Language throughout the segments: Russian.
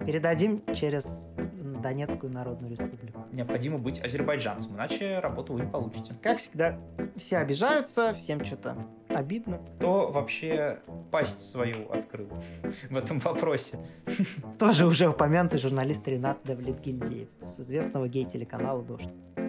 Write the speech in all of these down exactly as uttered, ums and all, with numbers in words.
Передадим через Донецкую Народную Республику. Необходимо быть азербайджанцем, иначе работу вы не получите. Как всегда, все обижаются, всем что-то обидно. Кто вообще пасть свою открыл в этом вопросе? Тоже уже упомянутый журналист Ренат Давлетгильдеев с известного гей-телеканала «Дождь».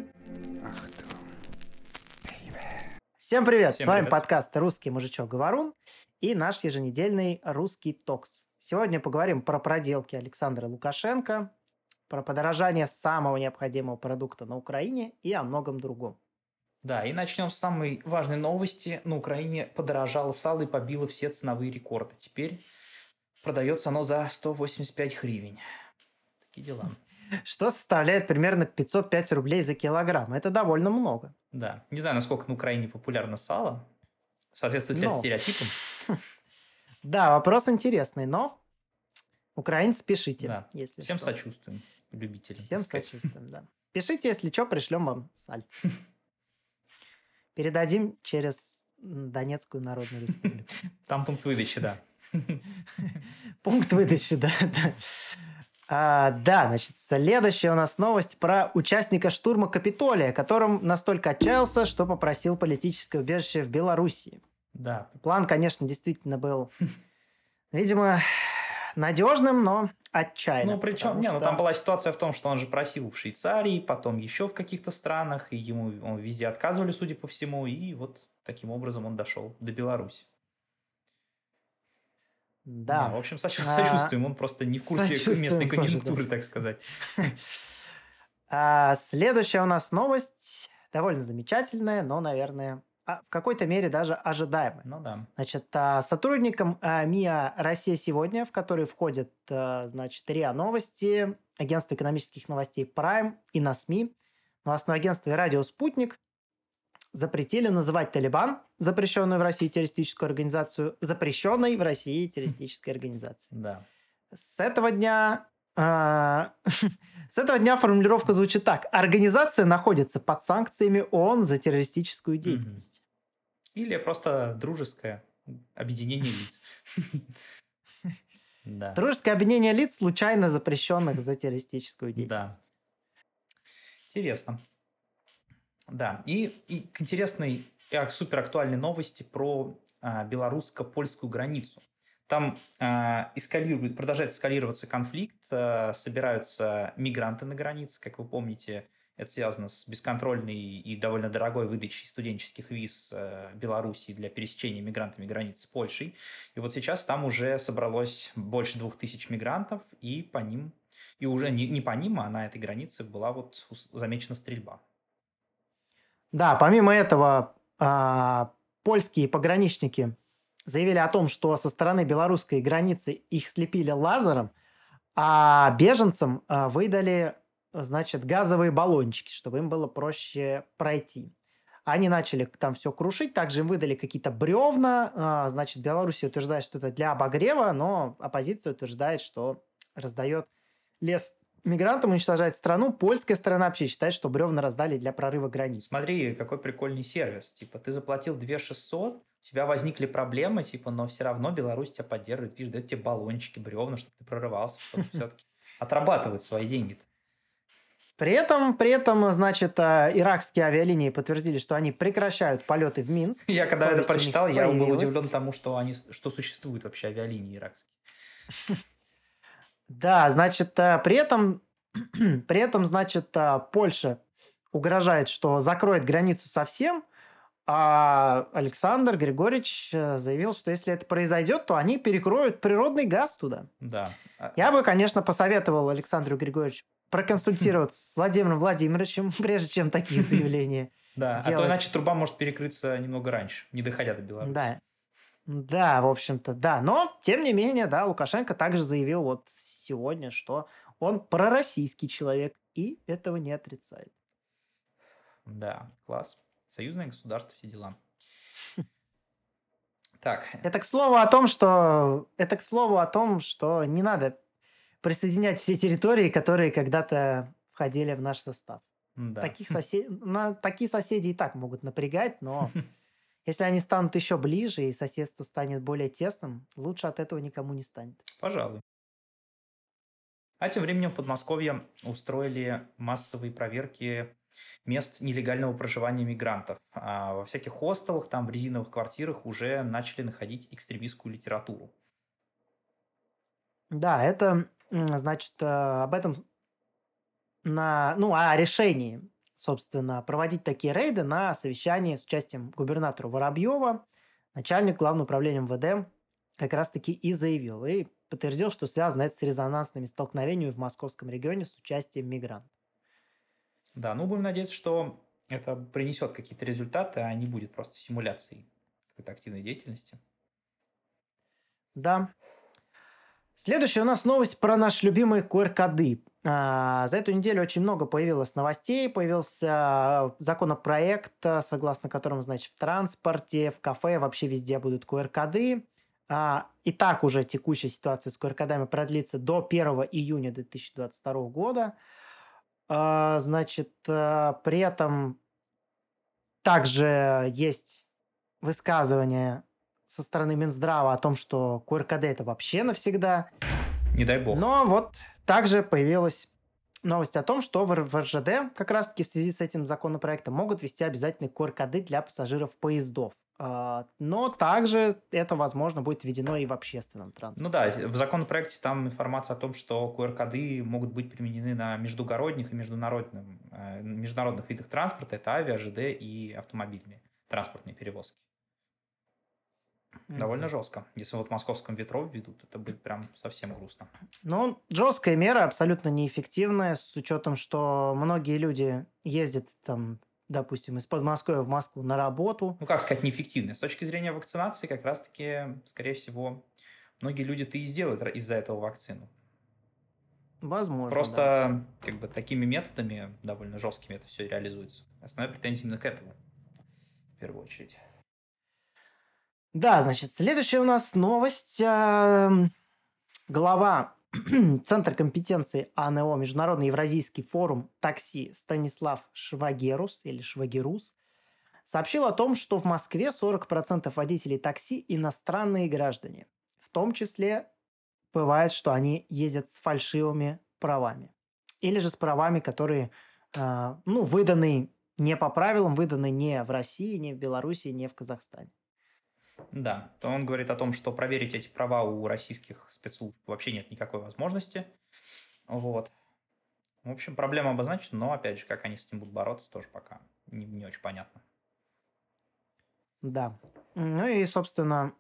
Всем привет! Всем С вами привет. подкаст «Русский мужичок Говорун» и наш еженедельный «Русский токс». Сегодня поговорим про проделки Александра Лукашенко, про подорожание самого необходимого продукта на Украине и о многом другом. Да, и начнем с самой важной новости. На Украине подорожало сало и побило все ценовые рекорды. Теперь продается оно за сто восемьдесят пять гривен. Такие дела. Что составляет примерно пятьсот пять рублей за килограмм. Это довольно много. Да. Не знаю, насколько на Украине популярно сало. Соответствует ли это Но. стереотипам? Да, вопрос интересный, но украинцы, пишите, Да. если Всем что. сочувствуем, любителям. Всем так сказать. сочувствуем, да. Пишите, если что, пришлем вам сальце. Передадим через м, Донецкую Народную Республику. Там пункт выдачи, да. Пункт выдачи, да. Да, А, да, значит, следующая у нас новость про участника штурма Капитолия, которым настолько отчаялся, что попросил политическое убежище в Белоруссии. Да. План, конечно, действительно был, видимо, надежным, но отчаянным. Ну, причем, потому не, ну что- там была ситуация в том, что он же просил в Швейцарии, потом еще в каких-то странах, и ему он везде отказывали, судя по всему, и вот таким образом он дошел до Беларуси. Да. в общем, сочу- А, сочувствуем, он просто не в курсе сочувствуем местной тоже, конъюнктуры, так сказать. А, следующая у нас новость довольно замечательная, но, наверное, а, в какой-то мере даже ожидаемая. Ну да. Значит, а, сотрудникам а, МИА «Россия сегодня», в который входят, а, значит, РИА Новости, агентство экономических новостей «Прайм» и на СМИ, новостное агентство и радио «Спутник», запретили называть Талибан, запрещенную в России террористическую организацию, запрещенной в России террористической организацией. Да. С этого дня... а, С этого дня формулировка звучит так. Организация находится под санкциями ООН за террористическую деятельность. Или просто дружеское объединение лиц. Да. Дружеское объединение лиц, случайно запрещенных за террористическую Да. деятельность. Интересно. Да, и, и к интересной и супер актуальной новости про а, белорусско-польскую границу. Там а, эскалирует, продолжает эскалироваться конфликт, а, собираются мигранты на границе, как вы помните, это связано с бесконтрольной и довольно дорогой выдачей студенческих виз а, Белоруссии для пересечения мигрантами границы с Польшей. И вот сейчас там уже собралось больше двух тысяч мигрантов, и по ним, и уже не, не по ним, а на этой границе была вот ус- замечена стрельба. Да, помимо этого, а, польские пограничники заявили о том, что со стороны белорусской границы их слепили лазером, а беженцам а, выдали, значит, газовые баллончики, чтобы им было проще пройти. Они начали там все крушить, также им выдали какие-то бревна. а, Значит, Белоруссия утверждает, что это для обогрева, но оппозиция утверждает, что раздает лес мигрантам, уничтожает страну. Польская сторона вообще считает, что бревна раздали для прорыва границ. Смотри, какой прикольный сервис. Типа, ты заплатил две тысячи шестьсот, у тебя возникли проблемы, типа, но все равно Беларусь тебя поддерживает. Видишь, дает тебе баллончики, бревна, чтобы ты прорывался, чтобы все-таки отрабатывать свои деньги. При этом, при этом, значит, а, иракские авиалинии подтвердили, что они прекращают полеты в Минск. Я когда это Совесть у них прочитал, я был появилась. удивлен тому, что, они, что существуют вообще авиалинии иракские. Да, значит, а, при этом, при этом, значит, а, Польша угрожает, что закроет границу совсем, а Александр Григорьевич э, заявил, что если это произойдет, то они перекроют природный газ туда. Да. А- Я бы, конечно, посоветовал Александру Григорьевичу проконсультироваться с Владимиром Владимировичем, прежде чем такие заявления Да, а то делать. иначе труба может перекрыться немного раньше, не доходя до Беларуси. Да. Да, в общем-то, да. Но, тем не менее, да, Лукашенко также заявил вот сегодня, что он пророссийский человек и этого не отрицает. Да, класс. Союзное государство, все дела. Так, Это к слову о том, что это к слову о том, что не надо присоединять все территории, которые когда-то входили в наш состав. да. Таких сосед... на... Такие соседи и так могут напрягать, но если они станут еще ближе и соседство станет более тесным, лучше от этого никому не станет. Пожалуй. А тем временем в Подмосковье устроили массовые проверки мест нелегального проживания мигрантов. А во всяких хостелах, там в резиновых квартирах уже начали находить экстремистскую литературу. Да, это, м, значит, э, об этом на, ну, о решении, собственно, проводить такие рейды на совещании с участием губернатора Воробьева, начальник Главного управления МВД как раз-таки и заявил, и подтвердил, что связано это с резонансными столкновениями в московском регионе с участием мигрантов. Да, ну будем надеяться, что это принесет какие-то результаты, а не будет просто симуляцией какой-то активной деятельности. Да. Следующая у нас новость про наши любимые ку эр-коды. А, За эту неделю очень много появилось новостей. Появился а, законопроект, а, согласно которому, значит, в транспорте, в кафе, вообще везде будут ку эр-коды. А, И так уже текущая ситуация с ку эр-кодами продлится до первого июня две тысячи двадцать второго года. А, Значит, а, при этом также есть высказывание со стороны Минздрава о том, что ку эр-коды это вообще навсегда. Не дай бог. Но вот также появилась новость о том, что в эр- в эр жэ дэ как раз-таки в связи с этим законопроектом могут ввести обязательные ку эр-коды для пассажиров поездов. А, Но также это, возможно, будет введено и в общественном Ну да, транспорте. в законопроекте там информация о том, что ку эр-коды могут быть применены на междугородних и международным, э, международных видах транспорта. Это авиа, жэ дэ и автомобильные транспортные перевозки. Довольно Мгм. жестко. Если вот в московском метро введут, это будет прям совсем грустно. Ну, жесткая мера, абсолютно неэффективная, с учетом, что многие люди ездят там, допустим, из Подмосковья в Москву на работу. Ну, как сказать, неэффективные. С точки зрения вакцинации, как раз-таки, скорее всего, многие люди-то и сделают ра- из-за этого вакцину. Возможно, да. Просто как бы такими методами, довольно жесткими, это все реализуется. Основная претензия именно к этому, в первую очередь. Да, значит, следующая у нас новость. ам, Глава Центра компетенции а эн о Международный Евразийский форум такси Станислав Швагерус или Швагерус сообщил о том, что в Москве сорок процентов водителей такси иностранные граждане. В том числе бывает, что они ездят с фальшивыми правами. Или же с правами, которые а, ну, выданы не по правилам, выданы не в России, не в Беларуси, не в Казахстане. Да, то он говорит о том, что проверить эти права у российских спецслужб вообще нет никакой возможности. Вот. В общем, проблема обозначена, но, опять же, как они с этим будут бороться, тоже пока не, не очень понятно. Да. Ну и, собственно,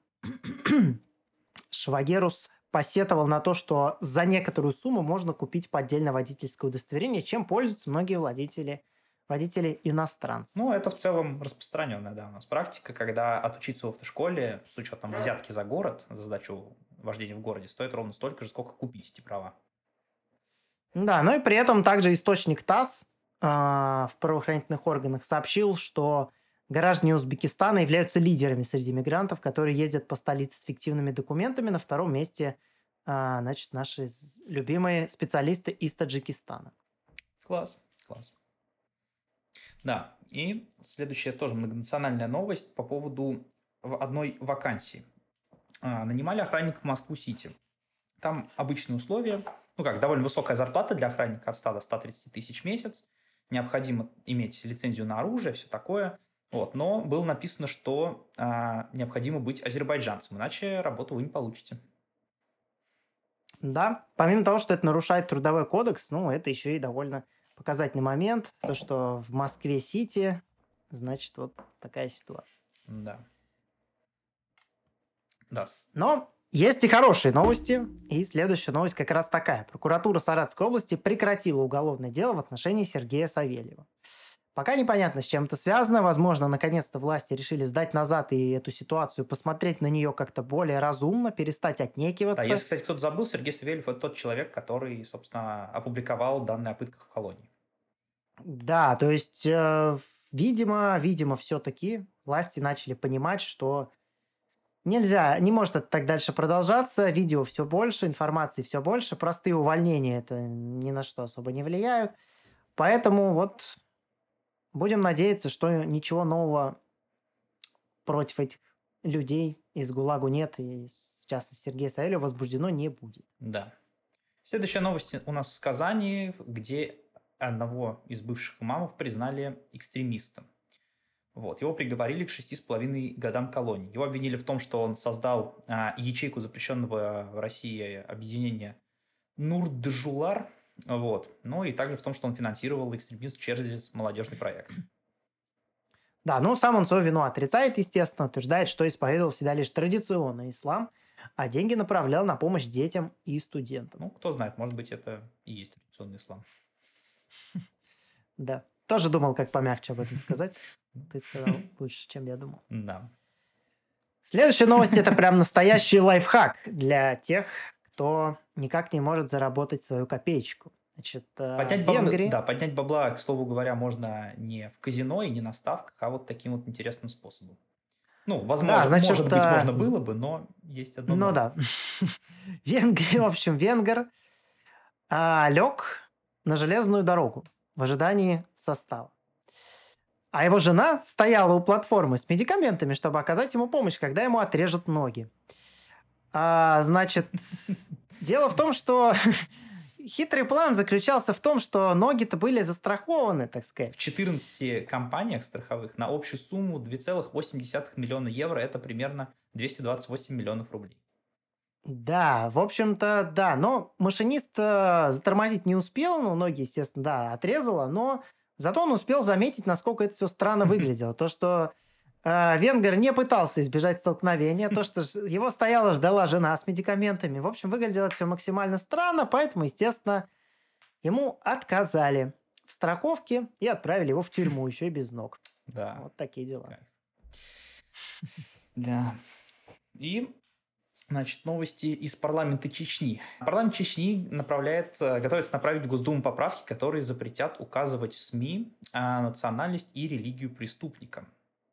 Швагерус посетовал на то, что за некоторую сумму можно купить поддельное водительское удостоверение, чем пользуются многие владельцы, водители иностранцы. Ну, это в целом распространенная, да, у нас практика, когда отучиться в автошколе с учетом взятки за город, за сдачу вождения в городе, стоит ровно столько же, сколько купить эти права. Да, ну и при этом также источник ТАСС а, в правоохранительных органах сообщил, что граждане Узбекистана являются лидерами среди мигрантов, которые ездят по столице с фиктивными документами. На втором месте, а, значит, наши з- любимые специалисты из Таджикистана. Класс, класс. Да, и следующая тоже многонациональная новость по поводу в одной вакансии. А, Нанимали охранника в Москву-Сити. Там обычные условия, ну как, довольно высокая зарплата для охранника от ста до ста тридцати тысяч в месяц. Необходимо иметь лицензию на оружие, все такое. Вот. Но было написано, что а, необходимо быть азербайджанцем, иначе работу вы не получите. Да, помимо того, что это нарушает трудовой кодекс, ну, это еще и довольно показательный момент, то, что в Москве-Сити, значит, вот такая ситуация. Да. Да. с- Но есть и хорошие новости, и следующая новость как раз такая. Прокуратура Саратовской области прекратила уголовное дело в отношении Сергея Савельева. Пока непонятно, с чем это связано. Возможно, наконец-то власти решили сдать назад и эту ситуацию, посмотреть на нее как-то более разумно, перестать Да, отнекиваться. если, кстати, кто-то забыл, Сергей Савельев – это тот человек, который, собственно, опубликовал данные о пытках в колонии. Да, то есть, э, видимо, видимо, все-таки власти начали понимать, что нельзя, не может это так дальше продолжаться. Видео все больше, информации все больше, простые увольнения это ни на что особо не влияют. Поэтому вот будем надеяться, что ничего нового против этих людей из ГУЛАГу нет, и, в частности, Сергея Савельева возбуждено не будет. Да. Следующая новость у нас из Казани, где одного из бывших имамов признали экстремистом. Вот. Его приговорили к шести с половиной годам колонии. Его обвинили в том, что он создал а, ячейку запрещенного в России объединения Нурджулар. Вот. Ну и также в том, что он финансировал экстремизм через молодежный проект. Да, ну сам он свою вину отрицает, естественно, утверждает, что исповедовал всегда лишь традиционный ислам, а деньги направлял на помощь детям и студентам. Ну, кто знает, может быть, это и есть традиционный ислам. Да, тоже думал, как помягче об этом сказать. Ты сказал лучше, чем я думал. Да. Следующая новость – это прям настоящий лайфхак для тех, кто никак не может заработать свою копеечку. Значит, Поднять в Венгрии... бабла, да, поднять бабла, к слову говоря, можно не в казино и не на ставках, а вот таким вот интересным способом. Ну, возможно, Да, значит, может быть, а, можно было бы, но есть одно Ну но. да. Венгрия, в общем, венгер а, лег на железную дорогу в ожидании состава. А его жена стояла у платформы с медикаментами, чтобы оказать ему помощь, когда ему отрежут ноги. А, значит, дело в том, что хитрый план заключался в том, что ноги-то были застрахованы, так сказать. В четырнадцати компаниях страховых на общую сумму два целых восемь десятых миллиона евро, это примерно двести двадцать восемь миллионов рублей. Да, в общем-то, да, но машинист э, затормозить не успел, ну, ноги, естественно, да, отрезало, но зато он успел заметить, насколько это все странно выглядело. То, что э, венгер не пытался избежать столкновения, то, что ж- его стояла, ждала жена с медикаментами. В общем, выглядело все максимально странно, поэтому, естественно, ему отказали в страховке и отправили его в тюрьму, еще и без ног. Да. Вот такие дела. Кайф. Да. И, значит, новости из парламента Чечни. Парламент Чечни направляет, э, готовится направить в Госдуму поправки, которые запретят указывать в СМИ а, национальность и религию преступника.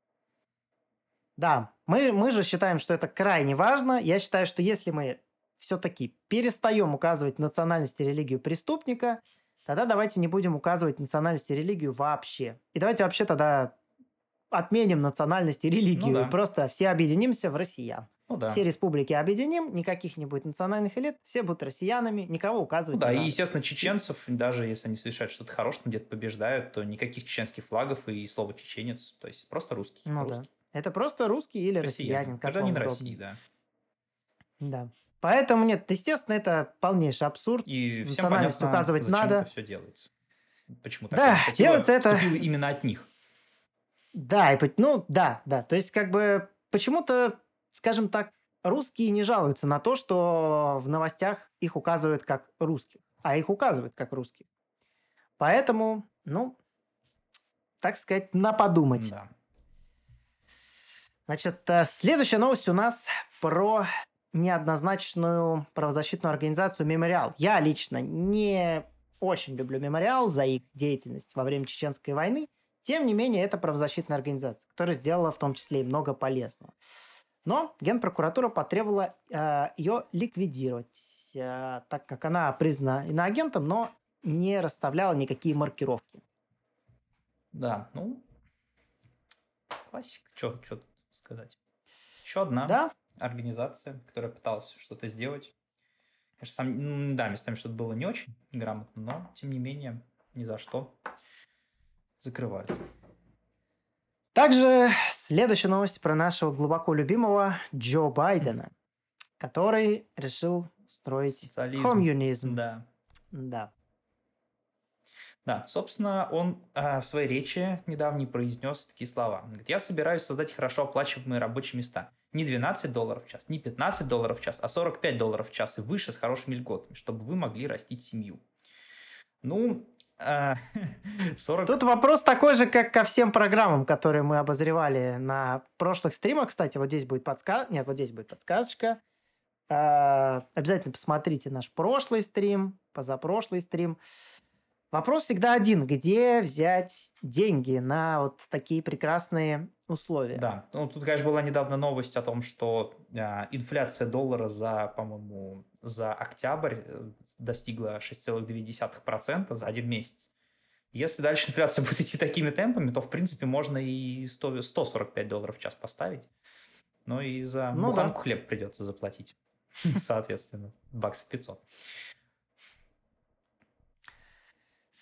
Да, мы, мы же считаем, что это крайне важно. Я считаю, что если мы все-таки перестаем указывать национальность и религию преступника, тогда давайте не будем указывать национальность и религию вообще. И давайте вообще тогда отменим национальность и религию. Ну И да. просто все объединимся в россиян. Ну да. Все республики объединим, никаких не будет национальных элит, все будут россиянами, никого Ну указывать да, не и, надо. естественно, чеченцев, даже если они совершают что-то хорошее, там где-то побеждают, то никаких чеченских флагов и слова чеченец, то есть просто русский. Ну да. русский. Это просто русский или Россиянин. россиянин, как Гражданин вам России, удобно. да. Да. Поэтому нет, естественно, это полнейший абсурд. И всем Национальность понятно, указывать зачем надо. это все делается. Почему Да, такая инициатива делается это- вступила именно от них. Да, и, пот- ну да, да. То есть как бы почему-то, скажем так, русские не жалуются на то, что в новостях их указывают как русских, а их указывают как русских. Поэтому, ну, так сказать, на подумать. Да. Значит, э, следующая новость у нас про неоднозначную правозащитную организацию «Мемориал». Я лично не очень люблю «Мемориал» за их деятельность во время Чеченской войны. Тем не менее, это правозащитная организация, которая сделала в том числе и много полезного. Но Генпрокуратура потребовала э, ее ликвидировать, э, так как она признана иноагентом, но не расставляла никакие маркировки. Да, ну, классика. Что тут сказать? Еще одна Да? организация, которая пыталась что-то сделать. Конечно, сам, м, да, местами что-то было не очень грамотно, но, тем не менее, ни за что закрывают. Также следующая новость про нашего глубоко любимого Джо Байдена, который решил строить Социализм. коммунизм. Да. Да. Да, собственно, он э, в своей речи недавней произнес такие слова. Он говорит, я собираюсь создать хорошо оплачиваемые рабочие места. Не двенадцать долларов в час, не пятнадцать долларов в час, а сорок пять долларов в час и выше с хорошими льготами, чтобы вы могли растить семью. Ну, э, сорок... Тут вопрос такой же, как ко всем программам, которые мы обозревали на прошлых стримах. Кстати, вот здесь будет подсказка. Нет, вот здесь будет подсказочка. Э, Обязательно посмотрите наш прошлый стрим, позапрошлый стрим. Вопрос всегда один. Где взять деньги на вот такие прекрасные условия? Да, ну тут, конечно, была недавно новость о том, что э, инфляция доллара за, по-моему, за октябрь э, достигла шесть целых две десятых процента за один месяц. Если дальше инфляция будет идти такими темпами, то, в принципе, можно и сто, сто сорок пять долларов в час поставить. Но и за Ну буханку да. хлеб придется заплатить, соответственно, баксов пятьсот.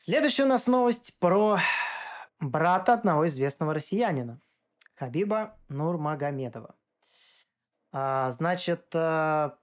Следующая у нас новость про брата одного известного россиянина, Хабиба Нурмагомедова. А, значит, а,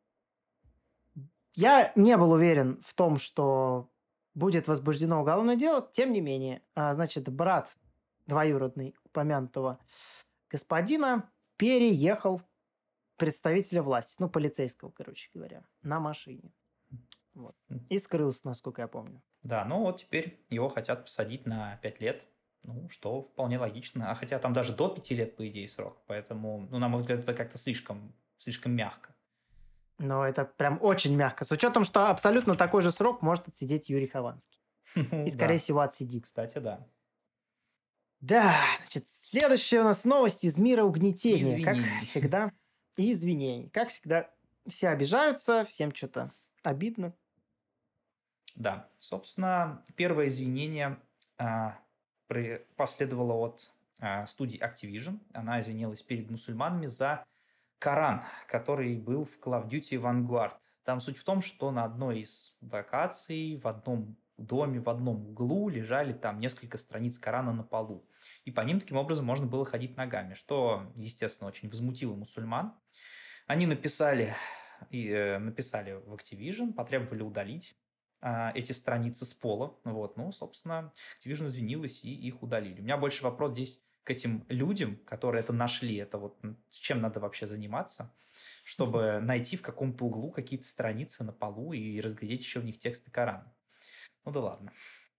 я не был уверен в том, что будет возбуждено уголовное дело, тем не менее, а, значит, брат двоюродный упомянутого господина переехал представителя власти, ну, полицейского, короче говоря, на машине. Вот. И скрылся, насколько я помню. Да, ну вот теперь его хотят посадить на пять лет, ну, что вполне логично. А хотя там даже до пяти лет, по идее, срок. Поэтому, ну, на мой взгляд, это как-то слишком, слишком мягко. Но это прям очень мягко. С учетом, что абсолютно такой же срок может отсидеть Юрий Хованский. И, скорее Да, всего, отсидит. кстати, да. Да, значит, следующая у нас новость из мира угнетения. Как Извинений. всегда. И извинений. Как всегда, все обижаются, всем что-то обидно. Да, собственно, первое извинение а, при- последовало от а, студии Activision. Она извинилась перед мусульманами за Коран, который был в Call of Duty Vanguard. Там суть в том, что на одной из локаций, в одном доме, в одном углу лежали там несколько страниц Корана на полу. И по ним таким образом можно было ходить ногами, что, естественно, очень возмутило мусульман. Они написали, и, э, написали в Activision, потребовали удалить а, эти страницы с пола. Вот, ну, собственно, Activision извинилась и их удалили. У меня больше вопрос здесь к этим людям, которые это нашли. Это вот м, с чем надо вообще заниматься, чтобы найти в каком-то углу какие-то страницы на полу и разглядеть еще в них тексты Корана. Ну да ладно.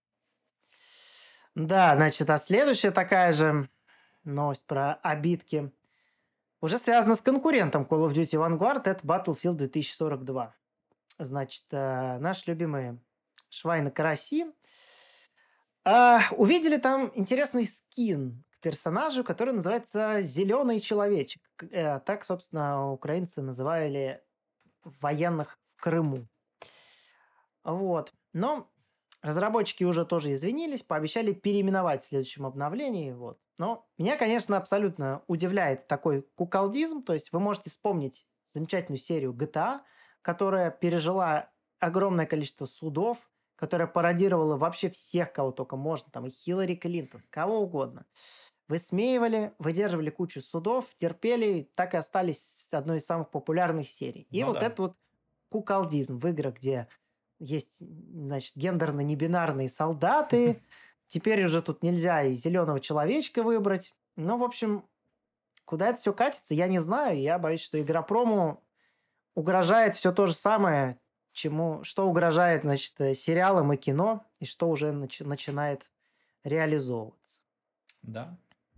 Да, значит, а следующая такая же новость про обидки уже связана с конкурентом Call of Duty Vanguard, это Battlefield две тысячи сорок два. Значит, э, наши любимые Швайны-караси а, увидели там интересный скин к персонажу, который называется «Зеленый человечек». К- э, Так, собственно, украинцы называли военных в Крыму. Вот. Но разработчики уже тоже извинились, пообещали переименовать в следующем обновлении. Вот. Но меня, конечно, абсолютно удивляет такой куколдизм. То есть вы можете вспомнить замечательную серию джи ти эй, которая пережила огромное количество судов, которая пародировала вообще всех, кого только можно, там и Хиллари Клинтон, кого угодно. Высмеивали, выдерживали кучу судов, терпели, так и остались одной из самых популярных серий. И Ну вот да. это вот куколдизм в играх, где есть, значит, гендерно-небинарные солдаты. Теперь уже тут нельзя и зеленого человечка выбрать. Ну, в общем, куда это все катится, я не знаю. Я боюсь, что Игропрому угрожает все то же самое, чему, что угрожает, значит, э, сериалам и кино, и что уже начи- начинает реализовываться. Да.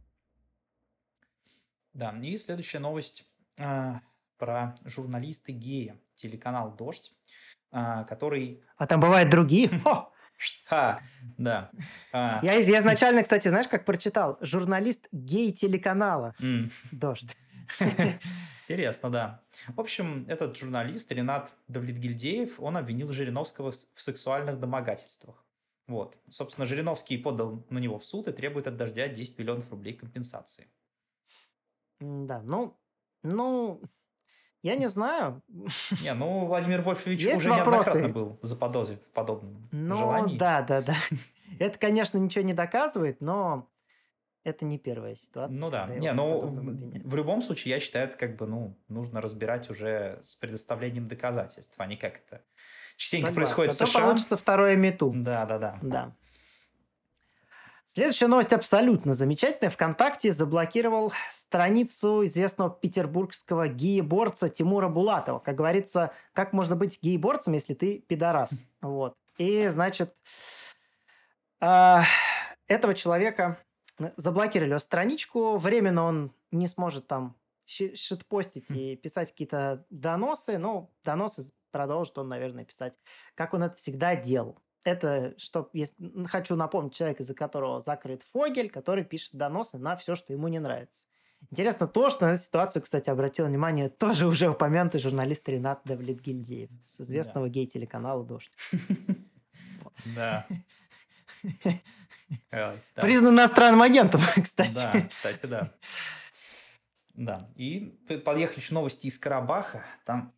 Да, и следующая новость а, про журналиста гея, телеканал «Дождь», а, который... А там бывают другие. Хо! Ха, да. А, Я, из- я изначально, кстати, знаешь, как прочитал? Журналист гей-телеканала м, «Дождь». Интересно, да. В общем, этот журналист Ренат Давлетгильдеев, он обвинил Жириновского с- в сексуальных домогательствах. Вот. Собственно, Жириновский подал на него в суд и требует от «Дождя» десять миллионов рублей компенсации. М, Да, ну, ну, я не знаю. Не, ну, Владимир Вольфович Есть уже неоднократно вопросы? был заподозрен в подобном Ну, желании. да, да, да. Это, конечно, ничего не доказывает, но это не первая ситуация, Ну да. когда его Не, в ну, подобном в, обвиняют. в любом случае, я считаю, это как бы, ну, нужно разбирать уже с предоставлением доказательств, а не как это частенько Согласен. происходит А в то США. получится второе мету. Да, да, да. Да. Следующая новость абсолютно замечательная. ВКонтакте заблокировал страницу известного петербургского гееборца Тимура Булатова. Как говорится, как можно быть гееборцем, если ты пидорас? Вот. И, значит, а, этого человека н- заблокировали страничку. Временно он не сможет там щи- шитпостить и писать какие-то доносы. Ну, доносы продолжит он, наверное, писать, как он это всегда делал. Это, что, если, н- хочу напомнить, человек, из-за которого закрыт Фогель, который пишет доносы на все, что ему не нравится. Интересно то, что на эту ситуацию, кстати, обратил внимание тоже уже упомянутый журналист Ренат Давлетгильдеев с Да. известного гей-телеканала «Дождь». Да. Ой, да. Признан иностранным агентом, Да, кстати. кстати, да. Да. И п- подъехали еще новости из Карабаха. Там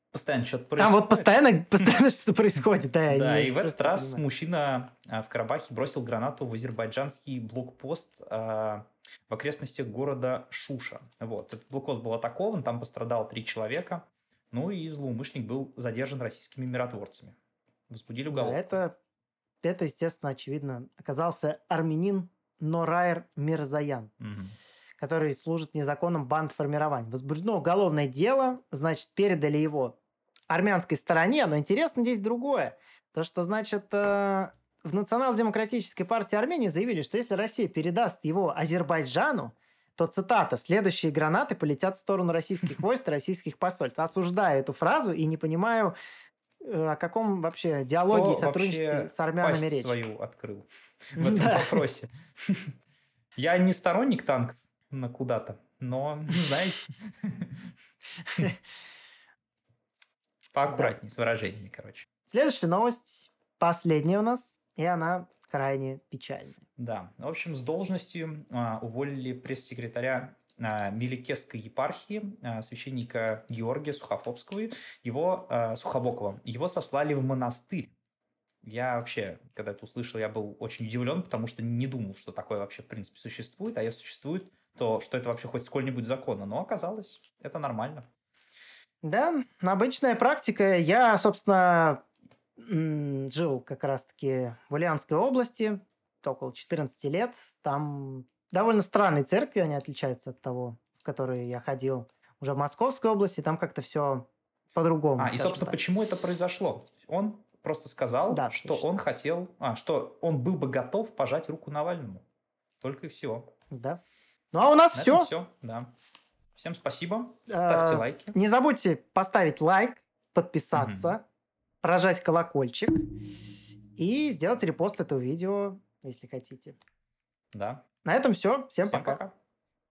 постоянно что-то Там вот происходит. постоянно, постоянно что-то происходит, да, Да, я и в этот просто раз понимаю. мужчина а, в Карабахе бросил гранату в азербайджанский блокпост а, в окрестностях города Шуша. Вот. Этот блокпост был атакован, там пострадало три человека. Ну и злоумышленник был задержан российскими миротворцами. Возбудили Да, уголовку. это, это, естественно, очевидно, оказался армянин Норайр Мирзаян, Мгм. который служит в незаконном бандформировании. Возбуждено уголовное дело, значит, передали его армянской стороне, но интересно здесь другое. То, что, значит, э, в Национал-демократической партии Армении заявили, что если Россия передаст его Азербайджану, то, цитата, «следующие гранаты полетят в сторону российских войск и российских посольств». Осуждаю эту фразу и не понимаю, э, о каком вообще диалоге и Кто сотрудничестве вообще с армянами пасть речь. свою открыл в этом Да. вопросе? Я не сторонник танков на куда-то, но, знаете, Да. поаккуратнее с выражениями, короче. Следующая новость, последняя у нас, и она крайне печальная. Да, в общем, с должностью а, уволили пресс-секретаря а, Меликесской епархии, а, священника Георгия Сухофобского, его, а, Сухобокова. Его сослали в монастырь. Я вообще, когда это услышал, я был очень удивлен, потому что не думал, что такое вообще в принципе существует, а если существует, то что это вообще хоть сколь-нибудь законно. Но оказалось, это нормально. Да, обычная практика. Я, собственно, м, жил как раз-таки в Ульяновской области около четырнадцати лет. Там довольно странные церкви, они отличаются от того, в которые я ходил уже в Московской области. Там как-то все по-другому, А, и, скажем собственно, так. почему это произошло? Он просто сказал, Да, что точно. он хотел, а, что он был бы готов пожать руку Навальному. Только и всего. Да. Ну, а у нас На этом все. все, да. Всем спасибо, ставьте Э, лайки. Не забудьте поставить лайк, Мгм. подписаться, прожать колокольчик и сделать репост этого видео, если хотите. Да. На этом все. Всем Всем пока. пока.